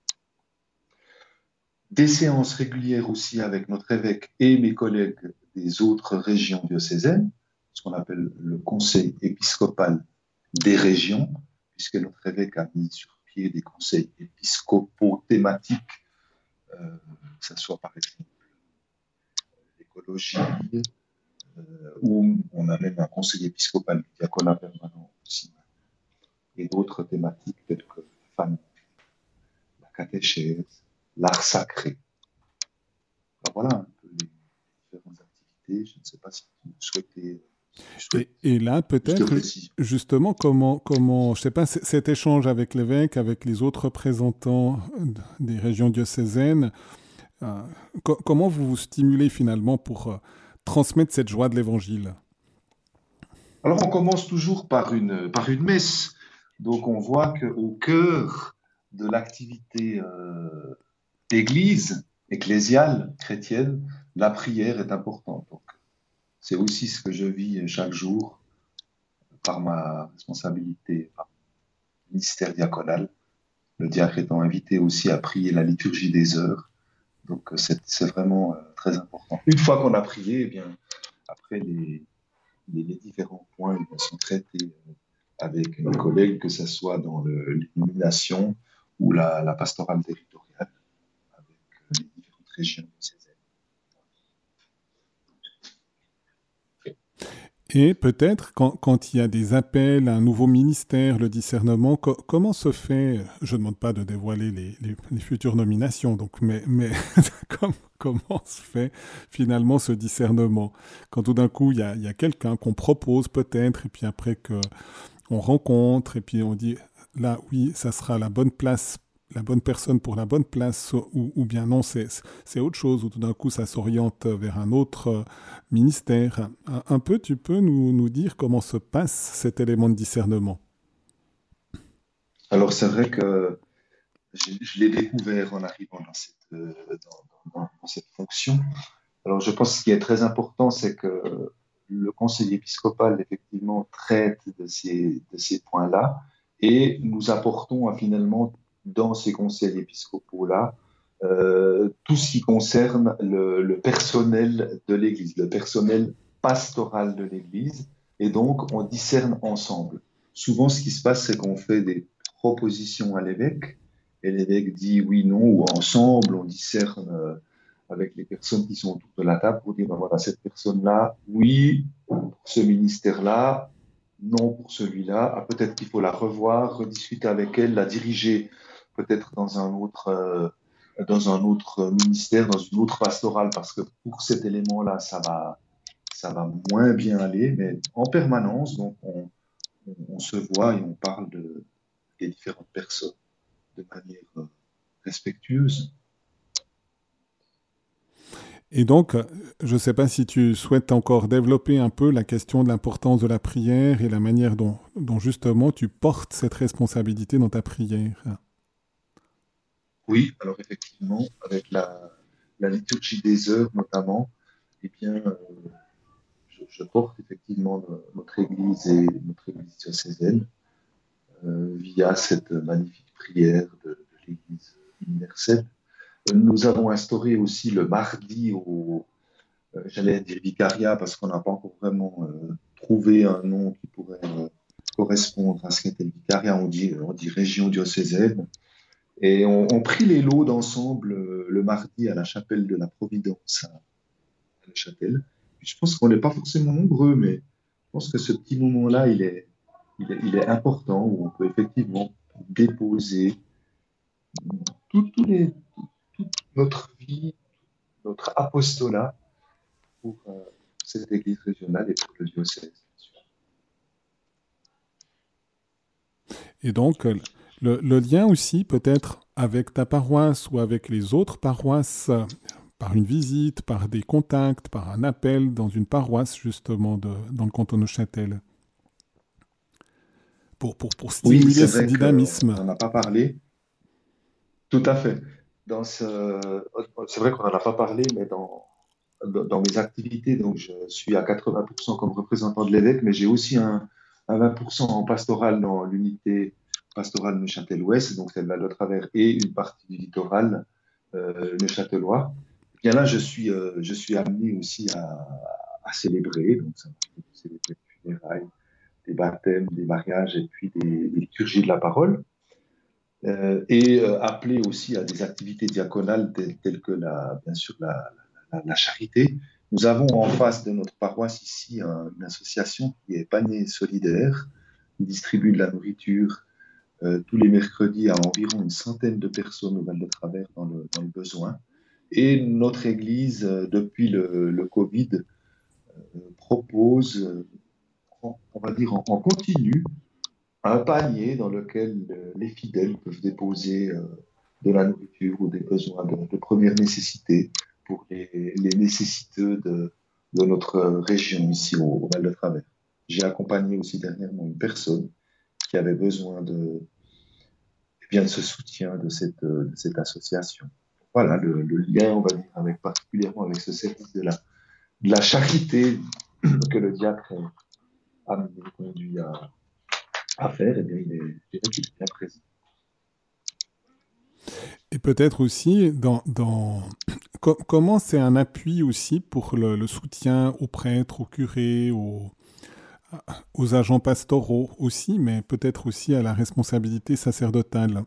Des séances régulières aussi avec notre évêque et mes collègues des autres régions diocésaines, ce qu'on appelle le conseil épiscopal des régions, puisque notre évêque a mis sur pied des conseils épiscopaux thématiques, euh, que ce soit par exemple l'écologie, Euh, où on a même un conseil épiscopal du diaconat permanent aussi, et d'autres thématiques telles que la famille, la catéchèse, l'art sacré. Alors voilà un peu les différentes activités. Je ne sais pas si vous souhaitez. Et, et là, peut-être, justement, comment, comment, je ne sais pas, c- cet échange avec l'évêque, avec les autres représentants des régions diocésaines, Euh, co- comment vous vous stimulez finalement pour euh, transmettre cette joie de l'Évangile? Alors, on commence toujours par une, par une messe. Donc, on voit qu'au cœur de l'activité euh, d'église, ecclésiale, chrétienne, la prière est importante. Donc, c'est aussi ce que je vis chaque jour par ma responsabilité, par mon ministère diaconal. Le diacre étant invité aussi à prier la liturgie des heures. Donc, euh, c'est c'est vraiment euh, très important. Une fois qu'on a prié, eh bien, après, les, les, les différents points ils sont traités euh, avec mes collègues, que ce soit dans le- l'illumination ou la, la pastorale territoriale avec euh, les différentes régions de ces aides. Et peut-être quand, quand il y a des appels à un nouveau ministère, le discernement, co- comment se fait, je ne demande pas de dévoiler les, les- les futures nominations, donc, mais, mais com- comment se fait finalement ce discernement? Quand tout d'un coup il y a, il y a quelqu'un qu'on propose peut-être, et puis après qu'on rencontre, et puis on dit là oui, ça sera la bonne place, la bonne personne pour la bonne place, ou, ou bien non, c'est, c'est autre chose, ou tout d'un coup ça s'oriente vers un autre euh, ministère. Un, un peu, tu peux nous, nous dire comment se passe cet élément de discernement? Alors, c'est vrai que je, je l'ai découvert en arrivant dans cette, euh, dans, dans- dans cette fonction. Alors, je pense que ce qui est très important, c'est que le conseil épiscopal, effectivement, traite de ces, de ces points-là et nous apportons euh, finalement dans ces conseils épiscopaux-là euh, tout ce qui concerne le, le personnel de l'Église, le personnel pastoral de l'Église, et donc on discerne ensemble. Souvent, ce qui se passe, c'est qu'on fait des propositions à l'évêque, et l'évêque dit oui, non, ou ensemble, on discerne euh, avec les personnes qui sont autour de la table pour dire, ben voilà, cette personne-là, oui, pour ce ministère-là, non pour celui-là. Ah, peut-être qu'il faut la revoir, rediscuter avec elle, la diriger peut-être dans un autre, euh, dans un autre ministère, dans une autre pastorale, parce que pour cet élément-là, ça va, ça va moins bien aller, mais en permanence, donc on, on, on se voit et on parle de, des différentes personnes de manière euh, respectueuse. Et donc, je ne sais pas si tu souhaites encore développer un peu la question de l'importance de la prière et la manière dont, dont justement tu portes cette responsabilité dans ta prière. Oui, alors effectivement, avec la, la liturgie des heures notamment, eh bien, euh, je, je porte effectivement no- notre Église et notre Église diocésaine euh, via cette magnifique prière de, de l'Église universelle. Euh, Nous avons instauré aussi le mardi au, euh, j'allais dire vicariat parce qu'on n'a pas encore vraiment euh, trouvé un nom qui pourrait euh, correspondre à ce qu'était le vicariat. On dit, on dit région diocésaine. Et on, on prit les lots d'ensemble euh, le mardi à la chapelle de la Providence à, à la Chapelle. Puis je pense qu'on n'est pas forcément nombreux, mais je pense que ce petit moment-là, il est, il est, il est important où on peut effectivement déposer tout, tout les, toute notre vie, notre apostolat pour euh, cette église régionale et pour le diocèse. Et donc, euh, le, le lien aussi peut-être avec ta paroisse ou avec les autres paroisses, euh, par une visite, par des contacts, par un appel dans une paroisse justement de, dans le canton de Neuchâtel, pour, pour, pour Oui, stimuler c'est ce vrai qu'on dynamisme. n'en a pas parlé. Tout à fait. Dans ce, c'est vrai qu'on n'en a pas parlé, mais dans, dans mes activités, donc je suis à quatre-vingts pour cent comme représentant de l'évêque, mais j'ai aussi un, un vingt pour cent en pastoral dans l'unité pastorale Neuchâtel-Ouest, donc celle-là de travers, et une partie du littoral euh, neuchâtelois. Et bien là, je suis, euh, je suis amené aussi à, à célébrer, donc ça m'arrive de célébrer des funérailles, des baptêmes, des mariages et puis des, des liturgies de la parole. Euh, et euh, appelé aussi à des activités diaconales telles, telles que la, bien sûr la, la, la, charité. Nous avons en face de notre paroisse ici un, une association qui est Panier Solidaire, qui distribue de la nourriture euh, tous les mercredis à environ une centaine de personnes au Val-de-Travers dans le, dans le besoin. Et notre Église, euh, depuis le, le Covid, euh, propose, euh, on va dire en, en continu, un panier dans lequel euh, les fidèles peuvent déposer euh, de la nourriture ou des besoins de, de première nécessité pour les, les nécessiteux de, de notre région ici au, au Val de Travers. J'ai accompagné aussi dernièrement une personne qui avait besoin de, eh bien, de ce soutien de cette, de cette association. Voilà le, le lien, on va dire, avec, particulièrement avec ce service de la, de la charité que le diacre a conduit à, à faire, eh bien, il est, je dirais qu'il est bien présent. Et peut-être aussi, dans, dans... Co- comment c'est un appui aussi pour le, le soutien aux prêtres, aux curés, aux, aux agents pastoraux aussi, mais peut-être aussi à la responsabilité sacerdotale.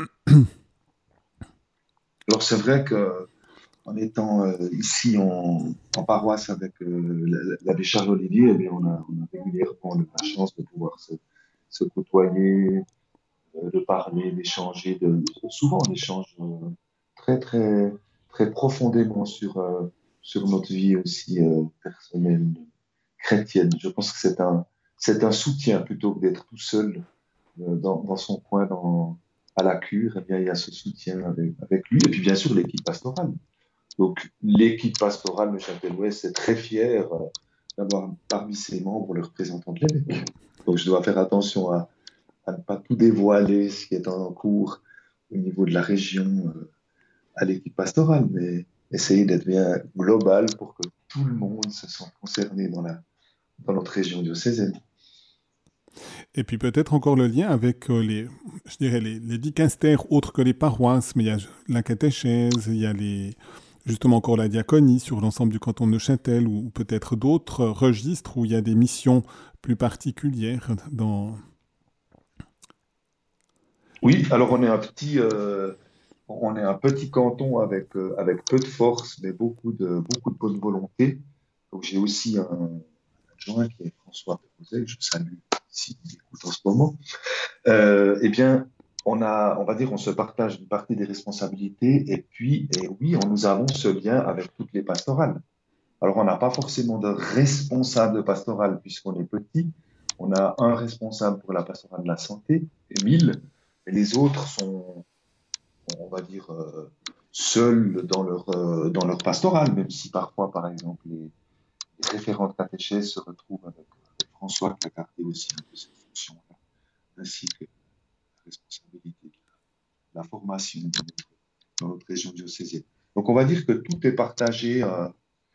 Alors c'est vrai que en étant euh, ici en, en paroisse avec euh, l'abbé Charles Olivier, eh bien, on, a, on a régulièrement la chance de pouvoir se, se côtoyer, euh, de parler, d'échanger. De, souvent, on échange euh, très, très, très profondément sur, euh, sur notre vie aussi euh, personnelle, chrétienne. Je pense que c'est un, c'est un soutien plutôt que d'être tout seul euh, dans, dans son coin, dans, à la cure. Eh bien, il y a ce soutien avec, avec lui. Et puis, bien sûr, l'équipe pastorale. Donc, l'équipe pastorale de Châtel-Ouest est très fière euh, d'avoir parmi ses membres le représentant de l'évêque. Donc, je dois faire attention à, à ne pas tout dévoiler ce qui est en cours au niveau de la région euh, à l'équipe pastorale, mais essayer d'être bien global pour que tout le monde se sente concerné dans, la, dans notre région diocésaine. Et puis peut-être encore le lien avec euh, les, je dirais les, les dicastères autres que les paroisses, mais il y a la catéchèse, il y a les, justement encore la diaconie sur l'ensemble du canton de Neuchâtel, ou, ou peut-être d'autres registres où il y a des missions plus particulières dans... Oui, alors on est un petit, euh, on est un petit canton avec, euh, avec peu de force, mais beaucoup de, beaucoup de bonne volonté. Donc j'ai aussi un adjoint qui est François Perrozet, que je salue s'il écoute en ce moment. Euh, eh bien, on a, on va dire, on se partage une partie des responsabilités, et puis, et oui, on, nous avons ce lien avec toutes les pastorales. Alors, on n'a pas forcément de responsable pastoral puisqu'on est petit. On a un responsable pour la pastorale de la santé, Émile, et les autres sont, on va dire, euh, seuls dans leur, euh, dans leur pastorale, même si parfois, par exemple, les, les référents de catéchèse se retrouvent avec, avec François qui a gardé aussi un peu cette fonction-là, ainsi que la responsabilité de la, la formation dans notre, dans notre région diocésaine. Donc, on va dire que tout est partagé euh,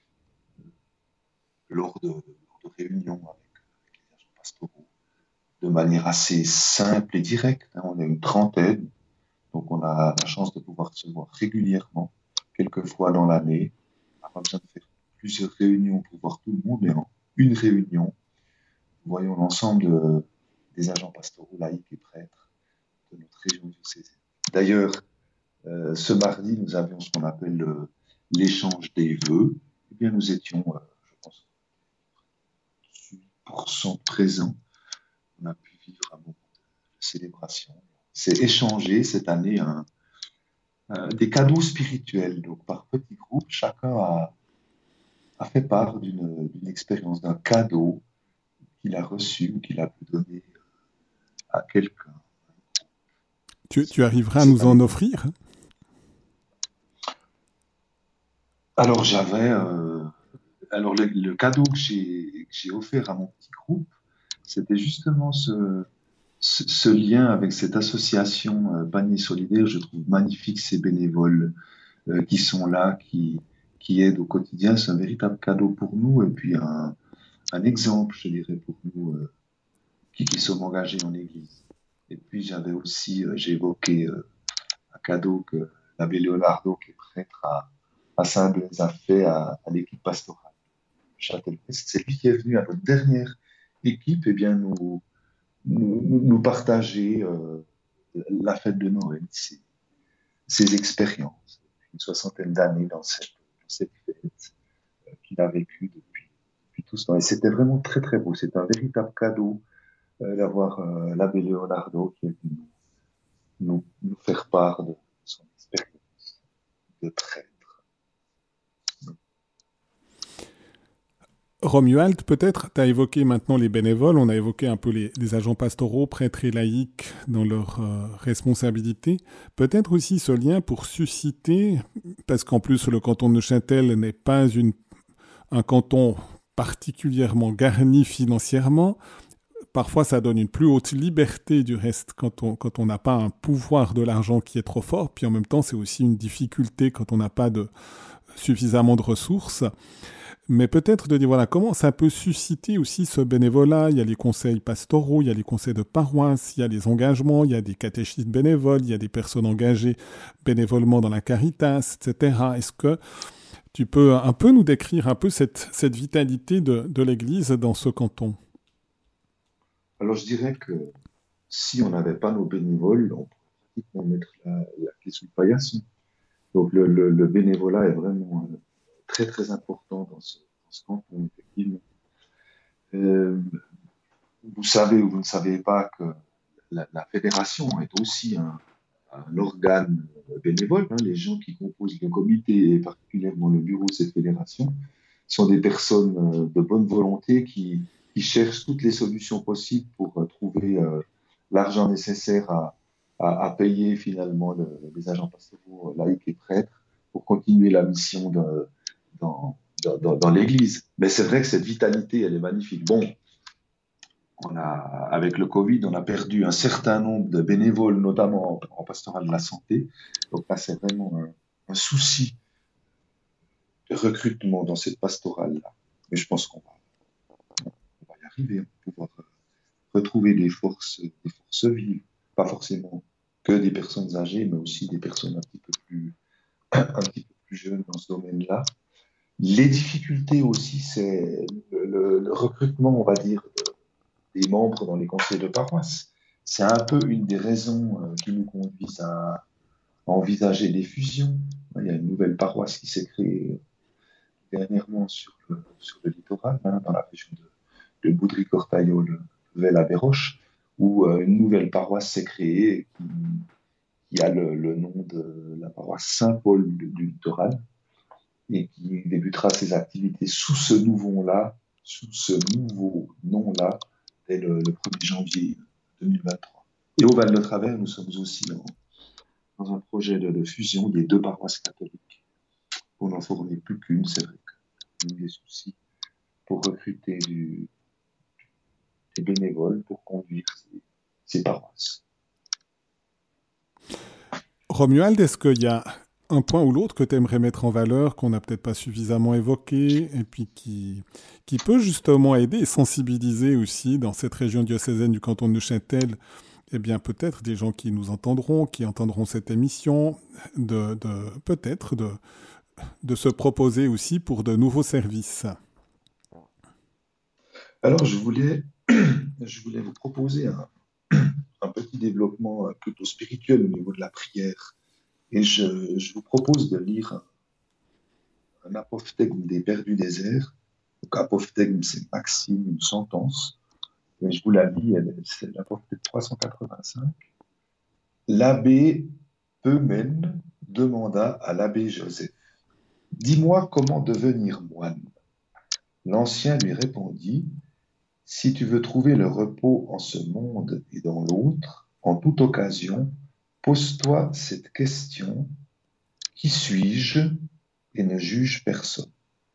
lors, de, lors de réunions avec, avec les agents pastoraux de manière assez simple et directe. Hein. On est une trentaine, donc on a la chance de pouvoir se voir régulièrement, quelques fois dans l'année. On n'a pas besoin de faire plusieurs réunions pour voir tout le monde, mais en une réunion, nous voyons l'ensemble de, des agents pastoraux, laïcs et prêtres de notre région diocésaine. D'ailleurs, euh, ce mardi, nous avions ce qu'on appelle le, l'échange des vœux. Eh bien, nous étions, euh, je pense, huit pour cent présents. On a pu vivre un moment de célébration. C'est échanger cette année un, un, des cadeaux spirituels. Donc, par petits groupes, chacun a, a fait part d'une, d'une expérience, d'un cadeau qu'il a reçu, qu'il a pu donner à quelqu'un. Tu, tu arriveras à C'est nous un en exemple. offrir? Alors, j'avais. Euh, alors, le, le cadeau que j'ai, que j'ai offert à mon petit groupe, c'était justement ce, ce, ce lien avec cette association euh, Panier Solidaire. Je trouve magnifique ces bénévoles euh, qui sont là, qui, qui aident au quotidien. C'est un véritable cadeau pour nous et puis un, un exemple, je dirais, pour nous euh, qui, qui sommes engagés en Église. Et puis, j'avais aussi, euh, j'ai évoqué euh, un cadeau que l'abbé Leonardo, qui est prêtre à, à Saint-Blaise, a fait à, à l'équipe pastorale de Châtel-Ouest. C'est lui qui est venu à notre dernière équipe, et bien nous, nous, nous partager euh, la fête de Noël, ses, ses expériences, une soixantaine d'années dans cette, dans cette fête euh, qu'il a vécue depuis, depuis tout ce temps. Et c'était vraiment très très beau. C'est un véritable cadeau euh, d'avoir euh, l'abbé Leonardo qui est venu nous, nous faire part de son expérience de prêtre. Romuald, peut-être, tu as évoqué maintenant les bénévoles, on a évoqué un peu les, les agents pastoraux, prêtres et laïcs dans leurs euh, responsabilités. Peut-être aussi ce lien pour susciter, parce qu'en plus le canton de Neuchâtel n'est pas une, un canton particulièrement garni financièrement. Parfois, ça donne une plus haute liberté du reste quand on quand on n'a pas un pouvoir de l'argent qui est trop fort. Puis en même temps, c'est aussi une difficulté quand on n'a pas de suffisamment de ressources. Mais peut-être de dire, voilà, comment ça peut susciter aussi ce bénévolat. Il y a les conseils pastoraux, il y a les conseils de paroisse, il y a les engagements, il y a des catéchistes bénévoles, il y a des personnes engagées bénévolement dans la Caritas, et cetera. Est-ce que tu peux un peu nous décrire un peu cette, cette vitalité de, de l'Église dans ce canton? Alors, je dirais que si on n'avait pas nos bénévoles, on pourrait pratiquement mettre la, la clé sous le paillasson. Donc, le, le, le bénévolat est vraiment euh, très, très important dans ce, dans ce canton, effectivement. Euh, vous savez ou vous ne savez pas que la, la fédération est aussi un, un organe bénévole. Hein. Les gens qui composent le comité, et particulièrement le bureau de cette fédération, sont des personnes de bonne volonté qui, qui cherchent toutes les solutions possibles pour euh, trouver euh, l'argent nécessaire à, à, à payer finalement le, les agents pastoraux laïcs et prêtres pour continuer la mission de, dans, dans, dans l'Église. Mais c'est vrai que cette vitalité, elle est magnifique. Bon, on a, avec le Covid, on a perdu un certain nombre de bénévoles, notamment en, en pastoral de la santé. Donc là, c'est vraiment un, un souci de recrutement dans cette pastorale-là. Mais je pense qu'on va, on va y arriver, on va pouvoir retrouver des forces, des forces vives, pas forcément que des personnes âgées, mais aussi des personnes un petit peu plus, un petit peu plus jeunes dans ce domaine-là. Les difficultés aussi, c'est le, le, le recrutement, on va dire, des membres dans les conseils de paroisse. C'est un peu une des raisons euh, qui nous conduisent à, à envisager des fusions. Il y a une nouvelle paroisse qui s'est créée dernièrement sur le, sur le littoral, hein, dans la région de, de Boudry-Cortaillot, le Vel-Abbé-Roche, où euh, une nouvelle paroisse s'est créée qui, qui a le, le nom de la paroisse Saint-Paul du, du littoral et qui débutera ses activités sous ce nouveau-là, sous ce nouveau nom-là, dès le, le premier janvier deux mille vingt-trois. Et au Val-de-Travers, nous sommes aussi dans, dans un projet de, de fusion des deux paroisses catholiques. On n'en fournit plus qu'une, c'est vrai qu'il y a eu des soucis pour recruter du, des bénévoles pour conduire ces, ces paroisses. Romuald, est-ce qu'il y a un point ou l'autre que tu aimerais mettre en valeur, qu'on n'a peut-être pas suffisamment évoqué, et puis qui, qui peut justement aider et sensibiliser aussi dans cette région diocésaine du canton de Neuchâtel, eh bien peut-être des gens qui nous entendront, qui entendront cette émission, de, de, peut-être de, de se proposer aussi pour de nouveaux services. Alors je voulais, je voulais vous proposer un, un petit développement plutôt spirituel au niveau de la prière. Et je, je vous propose de lire un, un apophthegme des Pères du désert. Donc, apophthegme, c'est maxime, une sentence. Et je vous la lis, c'est l'apophthegme trois cent quatre-vingt-cinq. L'abbé Peumen demanda à l'abbé Joseph: « Dis-moi comment devenir moine. » L'ancien lui répondit: « Si tu veux trouver le repos en ce monde et dans l'autre, en toute occasion, pose-toi cette question: qui suis-je? Et ne juge personne. »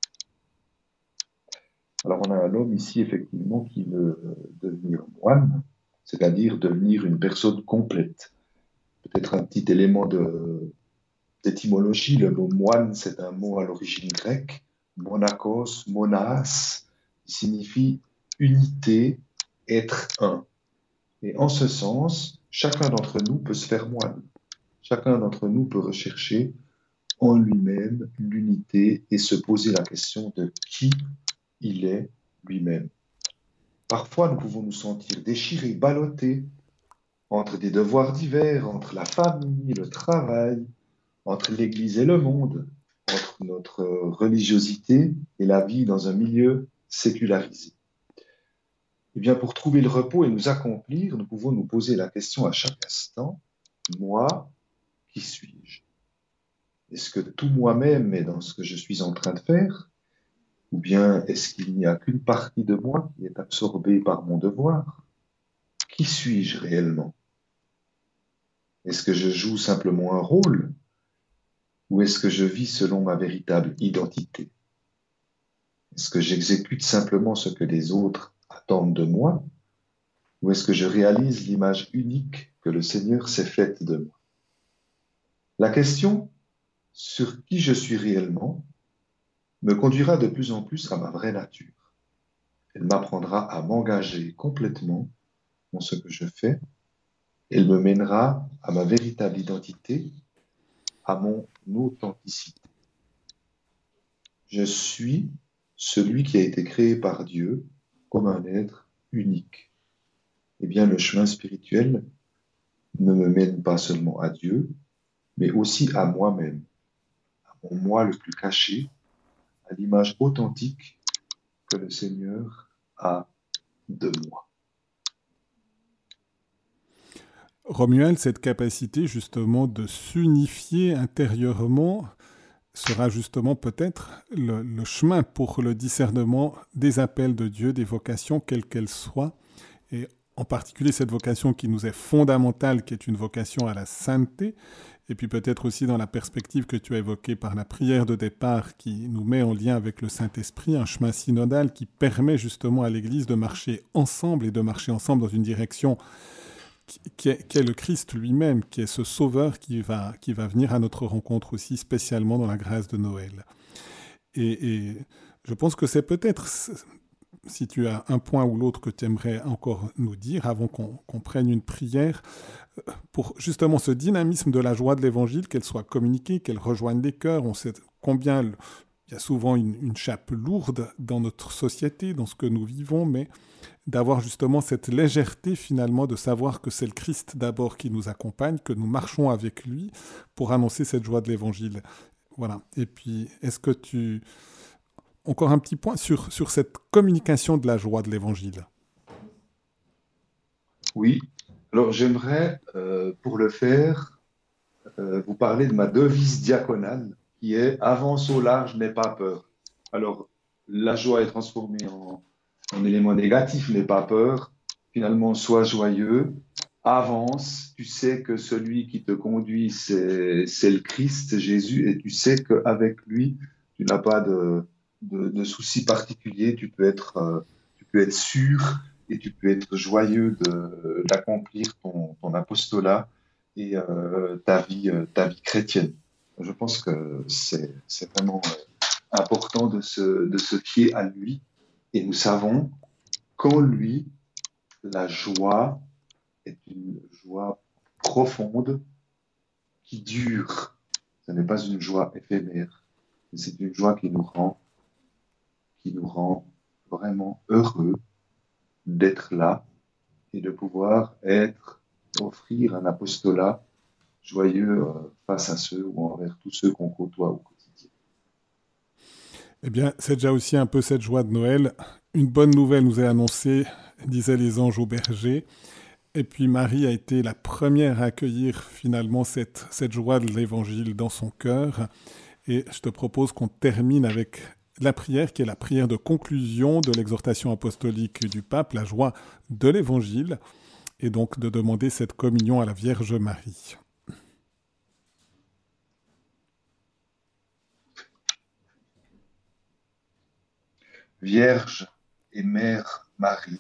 Alors on a un homme ici effectivement qui veut devenir moine, c'est-à-dire devenir une personne complète. Peut-être un petit élément de, d'étymologie, le mot moine c'est un mot à l'origine grecque, monakos, monas, qui signifie unité, être un. Et en ce sens, chacun d'entre nous peut se faire moine. Chacun d'entre nous peut rechercher en lui-même l'unité et se poser la question de qui il est lui-même. Parfois, nous pouvons nous sentir déchirés, ballottés entre des devoirs divers, entre la famille, le travail, entre l'Église et le monde, entre notre religiosité et la vie dans un milieu sécularisé. Eh bien, pour trouver le repos et nous accomplir, nous pouvons nous poser la question à chaque instant: moi, qui suis-je? Est-ce que tout moi-même est dans ce que je suis en train de faire? Ou bien est-ce qu'il n'y a qu'une partie de moi qui est absorbée par mon devoir? Qui suis-je réellement? Est-ce que je joue simplement un rôle? Ou est-ce que je vis selon ma véritable identité? Est-ce que j'exécute simplement ce que les autres attendent de moi? Ou est-ce que je réalise l'image unique que le Seigneur s'est faite de moi? La question sur qui je suis réellement me conduira de plus en plus à ma vraie nature. Elle m'apprendra à m'engager complètement dans ce que je fais. Elle me mènera à ma véritable identité, à mon authenticité. Je suis celui qui a été créé par Dieu comme un être unique. Eh bien, le chemin spirituel ne me mène pas seulement à Dieu, mais aussi à moi-même, à mon moi le plus caché, à l'image authentique que le Seigneur a de moi. Romuald, cette capacité justement de s'unifier intérieurement sera justement peut-être le, le chemin pour le discernement des appels de Dieu, des vocations, quelles qu'elles soient, et en particulier cette vocation qui nous est fondamentale, qui est une vocation à la sainteté, et puis peut-être aussi dans la perspective que tu as évoquée par la prière de départ qui nous met en lien avec le Saint-Esprit, un chemin synodal qui permet justement à l'Église de marcher ensemble et de marcher ensemble dans une direction qui est, qui est le Christ lui-même, qui est ce sauveur qui va, qui va venir à notre rencontre aussi spécialement dans la grâce de Noël. Et, et je pense que c'est peut-être, si tu as un point ou l'autre que tu aimerais encore nous dire avant qu'on, qu'on prenne une prière, pour justement ce dynamisme de la joie de l'Évangile, qu'elle soit communiquée, qu'elle rejoigne les cœurs. On sait combien le, il y a souvent une, une chape lourde dans notre société, dans ce que nous vivons, mais d'avoir justement cette légèreté finalement de savoir que c'est le Christ d'abord qui nous accompagne, que nous marchons avec lui pour annoncer cette joie de l'Évangile. Voilà. Et puis, est-ce que tu... Encore un petit point sur, sur cette communication de la joie de l'Évangile. Oui. Alors, j'aimerais, euh, pour le faire, euh, vous parler de ma devise diaconale qui est « Avance au large, n'aie pas peur ». Alors, la joie est transformée en, en élément négatif, n'aie pas peur. Finalement, sois joyeux, avance. Tu sais que celui qui te conduit, c'est, c'est le Christ, Jésus, et tu sais qu'avec lui, tu n'as pas de, de, de soucis particuliers. Tu peux être, euh, tu peux être sûr et tu peux être joyeux de, d'accomplir ton, ton apostolat et euh, ta vie, euh, ta vie chrétienne. Je pense que c'est, c'est vraiment important de se, de se fier à lui. Et nous savons qu'en lui, la joie est une joie profonde qui dure. Ce n'est pas une joie éphémère, mais c'est une joie qui nous rend, qui nous rend vraiment heureux d'être là et de pouvoir être, offrir un apostolat joyeux face à ceux ou envers tous ceux qu'on côtoie au quotidien. Eh bien, c'est déjà aussi un peu cette joie de Noël. Une bonne nouvelle nous est annoncée, disaient les anges aux bergers. Et puis Marie a été la première à accueillir finalement cette, cette joie de l'Évangile dans son cœur. Et je te propose qu'on termine avec la prière, qui est la prière de conclusion de l'exhortation apostolique du pape, la joie de l'Évangile, et donc de demander cette communion à la Vierge Marie. Vierge et Mère Marie,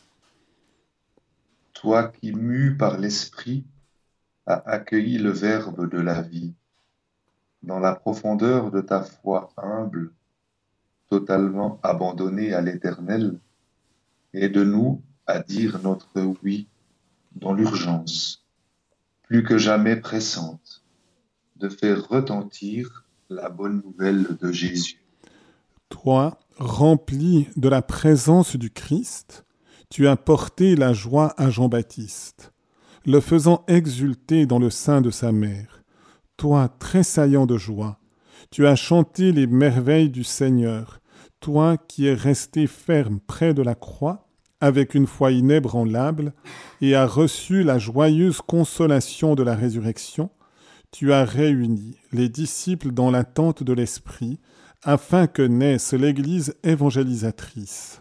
toi qui, mue par l'Esprit, as accueilli le Verbe de la vie, dans la profondeur de ta foi humble, totalement abandonnée à l'Éternel, aide-nous à dire notre oui dans l'urgence, plus que jamais pressante, de faire retentir la bonne nouvelle de Jésus. Toi, rempli de la présence du Christ, tu as porté la joie à Jean-Baptiste, le faisant exulter dans le sein de sa mère. Toi, tressaillant de joie, tu as chanté les merveilles du Seigneur, toi qui es resté ferme près de la croix, avec une foi inébranlable, et as reçu la joyeuse consolation de la résurrection, tu as réuni les disciples dans l'attente de l'Esprit, afin que naisse l'Église évangélisatrice.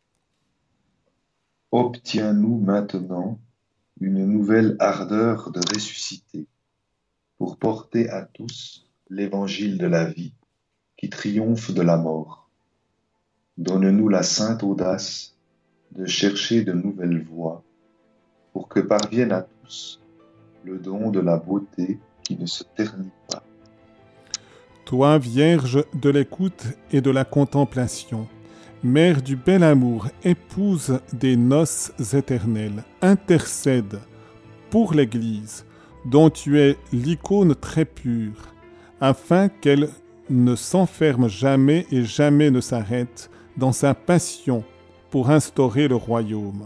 Obtiens-nous maintenant une nouvelle ardeur de ressusciter pour porter à tous l'évangile de la vie qui triomphe de la mort. Donne-nous la sainte audace de chercher de nouvelles voies pour que parvienne à tous le don de la beauté qui ne se ternit pas. Toi, Vierge de l'écoute et de la contemplation, Mère du bel amour, épouse des noces éternelles, intercède pour l'Église, dont tu es l'icône très pure, afin qu'elle ne s'enferme jamais et jamais ne s'arrête dans sa passion pour instaurer le royaume.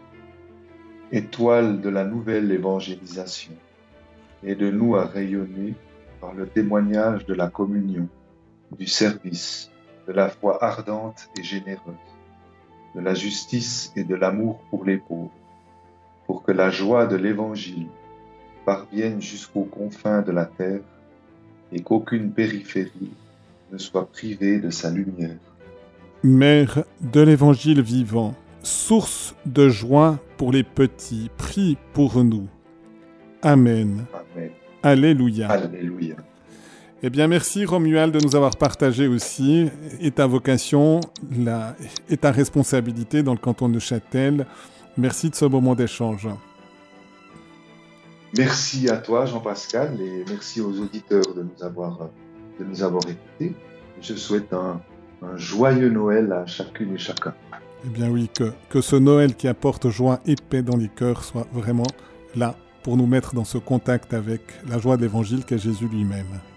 Étoile de la nouvelle évangélisation, aide-nous à rayonner par le témoignage de la communion, du service, de la foi ardente et généreuse, de la justice et de l'amour pour les pauvres, pour que la joie de l'Évangile parvienne jusqu'aux confins de la terre et qu'aucune périphérie ne soit privée de sa lumière. Mère de l'Évangile vivant, source de joie pour les petits, prie pour nous. Amen. Amen. Alléluia. Alléluia. Eh bien, merci Romuald de nous avoir partagé aussi et ta vocation la, et ta responsabilité dans le canton de Neuchâtel. Merci de ce moment d'échange. Merci à toi Jean-Pascal et merci aux auditeurs de nous avoir, de nous avoir écoutés. Je souhaite un, un joyeux Noël à chacune et chacun. Eh bien oui, que, que ce Noël qui apporte joie et paix dans les cœurs soit vraiment là pour nous mettre dans ce contact avec la joie de l'Évangile qu'est Jésus lui-même.